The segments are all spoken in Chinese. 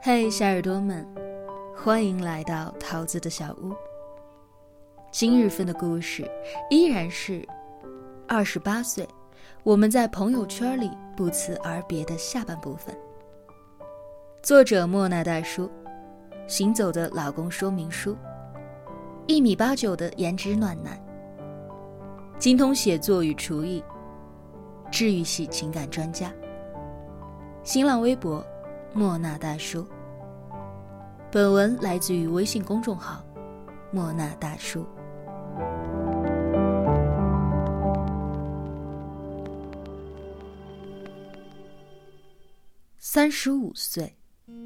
嘿，小耳朵们，欢迎来到桃子的小屋。今日份的故事依然是28岁，我们在朋友圈里不辞而别的下半部分。作者莫那大叔，行走的老公说明书，1.89米的颜值暖男，精通写作与厨艺，治愈系情感专家。新浪微博莫那大叔。本文来自于微信公众号莫那大叔。35岁，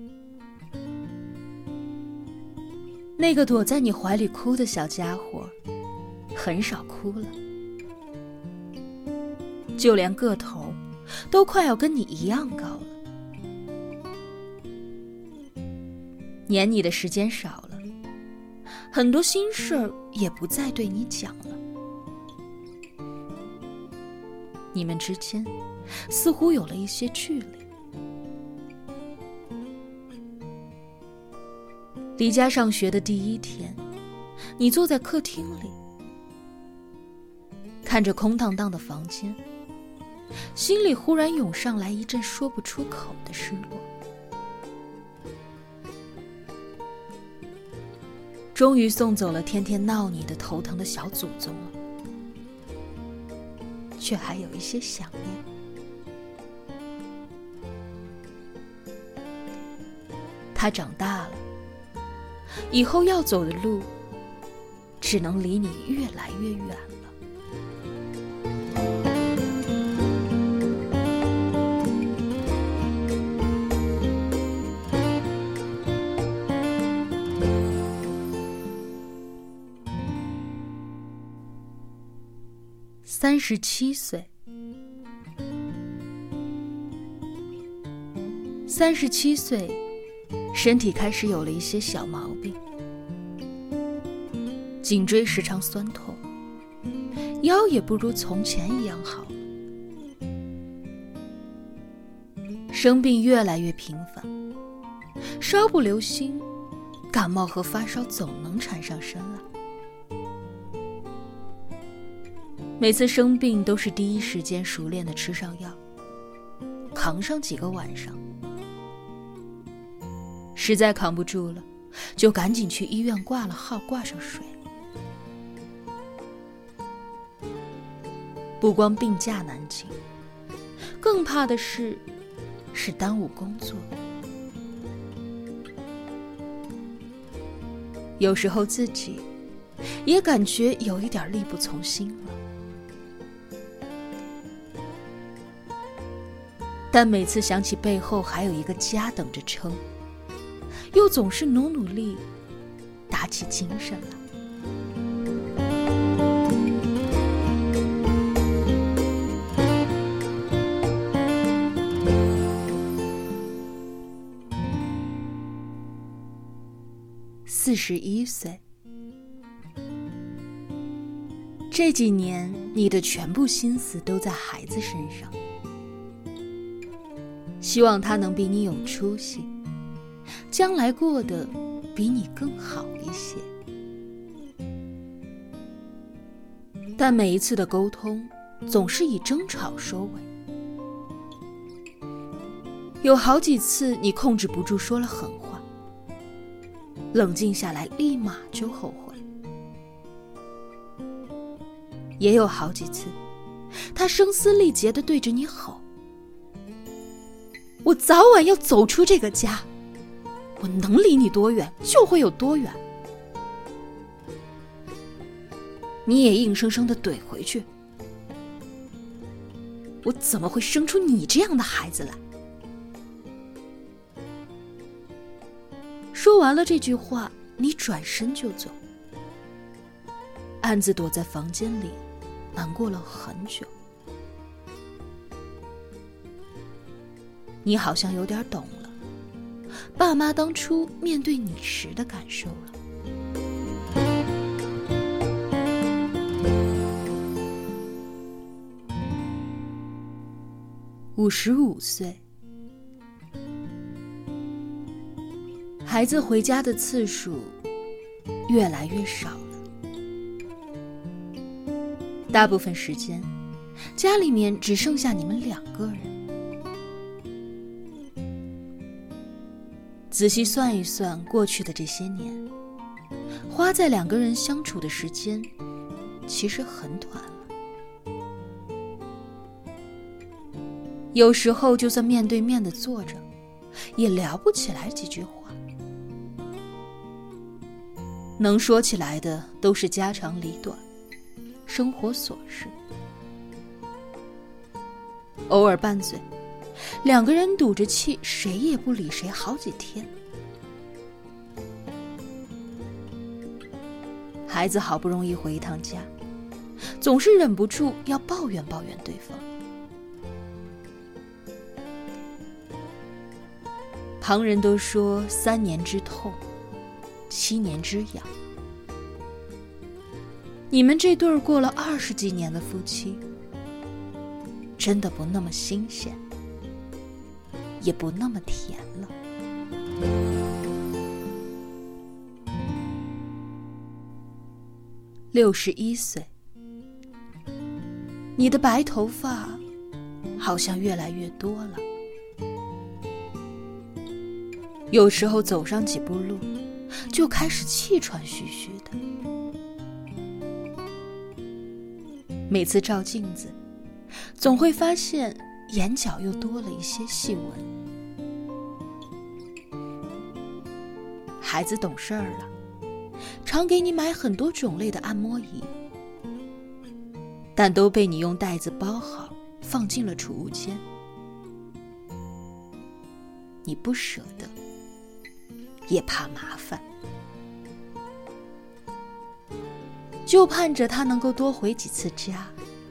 那个躲在你怀里哭的小家伙很少哭了，就连个头都快要跟你一样高了。黏你的时间少了，很多心事儿也不再对你讲了，你们之间似乎有了一些距离。离家上学的第一天，你坐在客厅里，看着空荡荡的房间，心里忽然涌上来一阵说不出口的失落。终于送走了天天闹你的头疼的小祖宗了，却还有一些想念。他长大了，以后要走的路只能离你越来越远了。37岁，37岁，身体开始有了一些小毛病，颈椎时常酸痛，腰也不如从前一样好了，生病越来越频繁，稍不留心，感冒和发烧总能缠上身来。每次生病都是第一时间熟练地吃上药，扛上几个晚上，实在扛不住了，就赶紧去医院挂了号，挂上水。不光病假难请，更怕的是耽误工作。有时候自己也感觉有一点力不从心了。但每次想起背后还有一个家等着撑，又总是努力打起精神来。41岁，这几年你的全部心思都在孩子身上，希望他能比你有出息，将来过得比你更好一些。但每一次的沟通总是以争吵收尾，有好几次你控制不住说了狠话，冷静下来立马就后悔。也有好几次他声嘶力竭地对着你吼，我早晚要走出这个家，我能离你多远就会有多远。你也硬生生地怼回去，我怎么会生出你这样的孩子来？说完了这句话，你转身就走，暗自躲在房间里难过了很久。你好像有点懂了爸妈当初面对你时的感受了。55岁， 孩子回家的次数越来越少了。大部分时间，家里面只剩下你们2个人。仔细算一算过去的这些年，花在2个人相处的时间其实很短了。有时候就算面对面的坐着，也聊不起来几句话，能说起来的都是家长里短，生活琐事。偶尔拌嘴，2个人赌着气，谁也不理谁好几天。孩子好不容易回一趟家，总是忍不住要抱怨抱怨对方。旁人都说3年之痛，7年之痒。你们这对儿过了20几年的夫妻，真的不那么新鲜，也不那么甜了。61岁，你的白头发好像越来越多了。有时候走上几步路，就开始气喘吁吁的。每次照镜子，总会发现眼角又多了一些细纹。孩子懂事儿了，常给你买很多种类的按摩仪，但都被你用袋子包好，放进了储物间。你不舍得，也怕麻烦，就盼着他能够多回几次家，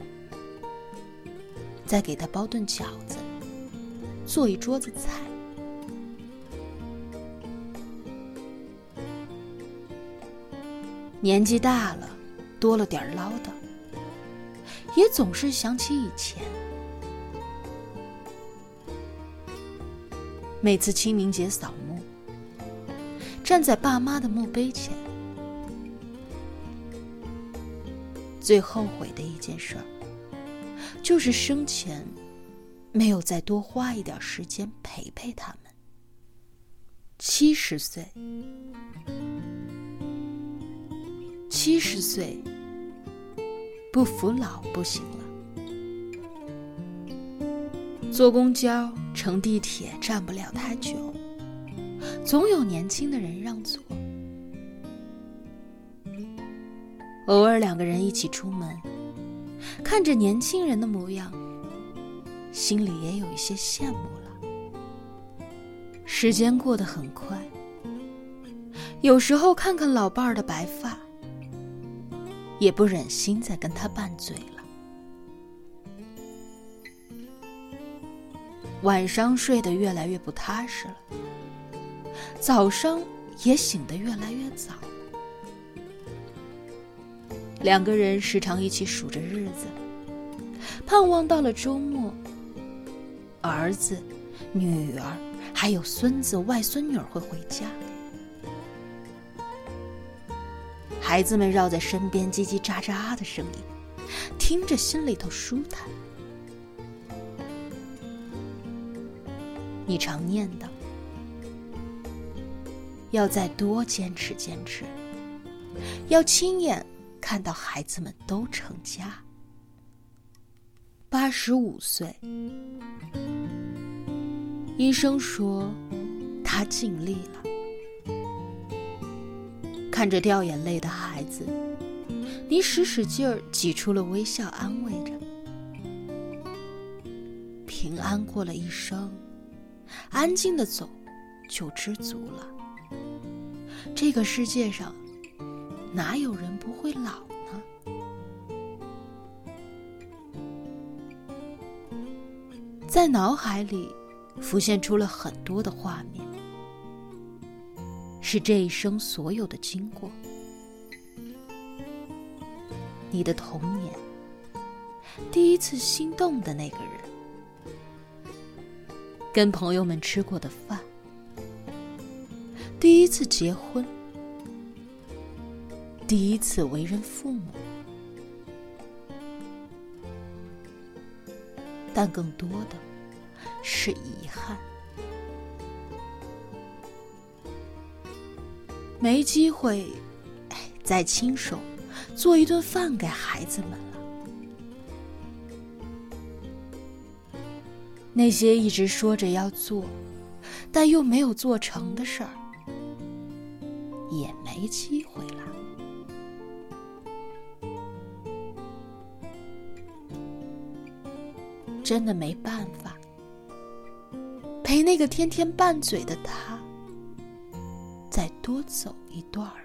再给他包顿饺子，做一桌子菜。年纪大了，多了点唠叨，也总是想起以前。每次清明节扫墓，站在爸妈的墓碑前，最后悔的一件事儿，就是生前没有再多花一点时间陪陪他们。70岁，70岁，不服老不行了。坐公交、乘地铁站不了太久，总有年轻的人让座。偶尔2个人一起出门，看着年轻人的模样，心里也有一些羡慕了。时间过得很快，有时候看看老伴儿的白发，也不忍心再跟他拌嘴了。晚上睡得越来越不踏实了，早上也醒得越来越早。2个人时常一起数着日子，盼望到了周末，儿子、女儿还有孙子、外孙女儿会回家。孩子们绕在身边叽叽喳喳的声音，听着心里头舒坦。你常念叨，要再多坚持坚持，要亲眼看到孩子们都成家。85岁，医生说他尽力了。看着掉眼泪的孩子，你使劲儿挤出了微笑，安慰着。平安过了一生，安静的走就知足了。这个世界上哪有人不会老呢？在脑海里浮现出了很多的画面，是这一生所有的经过。你的童年，第一次心动的那个人，跟朋友们吃过的饭，第第一次结婚，第一次为人父母，但更多的是遗憾。没机会再亲手做一顿饭给孩子们了。那些一直说着要做，但又没有做成的事儿，也没机会了。真的没办法，陪那个天天拌嘴的他再多走一段了。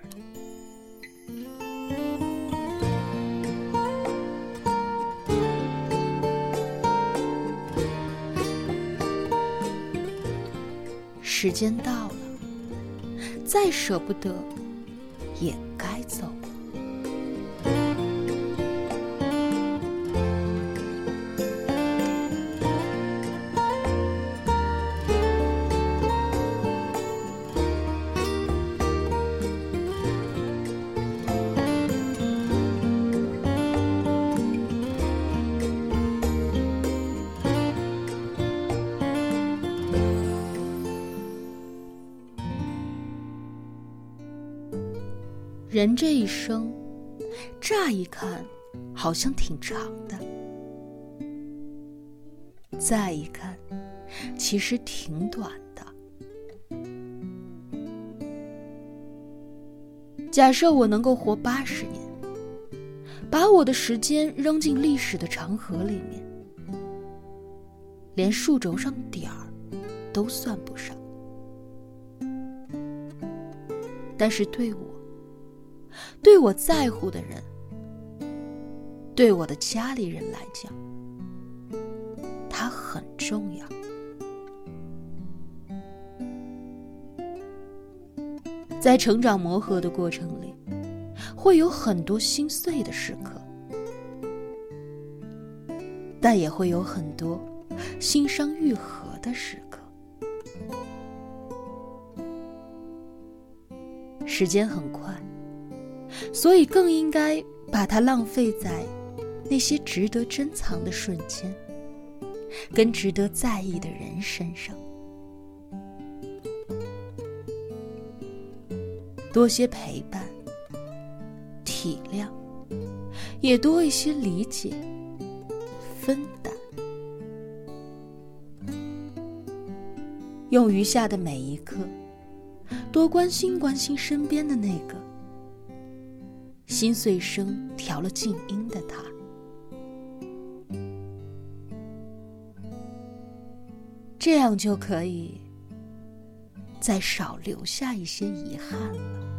时间到了，再舍不得也该走了。人这一生，乍一看好像挺长的，再一看其实挺短的。假设我能够活80年，把我的时间扔进历史的长河里面，连数轴上点儿都算不上。但是对我在乎的人，对我的家里人来讲，它很重要。在成长磨合的过程里，会有很多心碎的时刻，但也会有很多心伤愈合的时刻。时间很快，所以更应该把它浪费在那些值得珍藏的瞬间，跟值得在意的人身上。多些陪伴、体谅，也多一些理解、分担。用余下的每一刻，多关心身边的那个心碎声调了静音的他。这样就可以再少留下一些遗憾了。